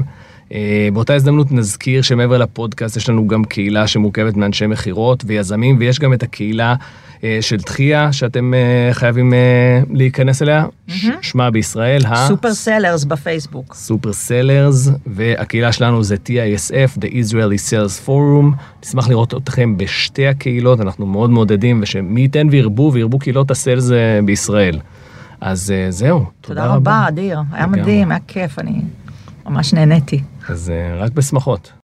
באותה הזדמנות נזכיר שמעבר לפודקאסט יש לנו גם קהילה שמורכבת מאנשי מחירות ויזמים, ויש גם את הקהילה של תחייה, שאתם חייבים להיכנס אליה, שמה בישראל, סופר סלרס בפייסבוק. סופר סלרס, והקהילה שלנו זה טי איי אס אף, The Israeli Sales Forum. נשמח לראות אתכם בשתי הקהילות, אנחנו מאוד מעודדים, ושמי ייתן וירבו, וירבו קהילות הסלס בישראל. אז זהו, תודה רבה. תודה רבה, אדיר, היה מדהים, היה כיף, אני ממש נהניתי. אז רק בשמחות.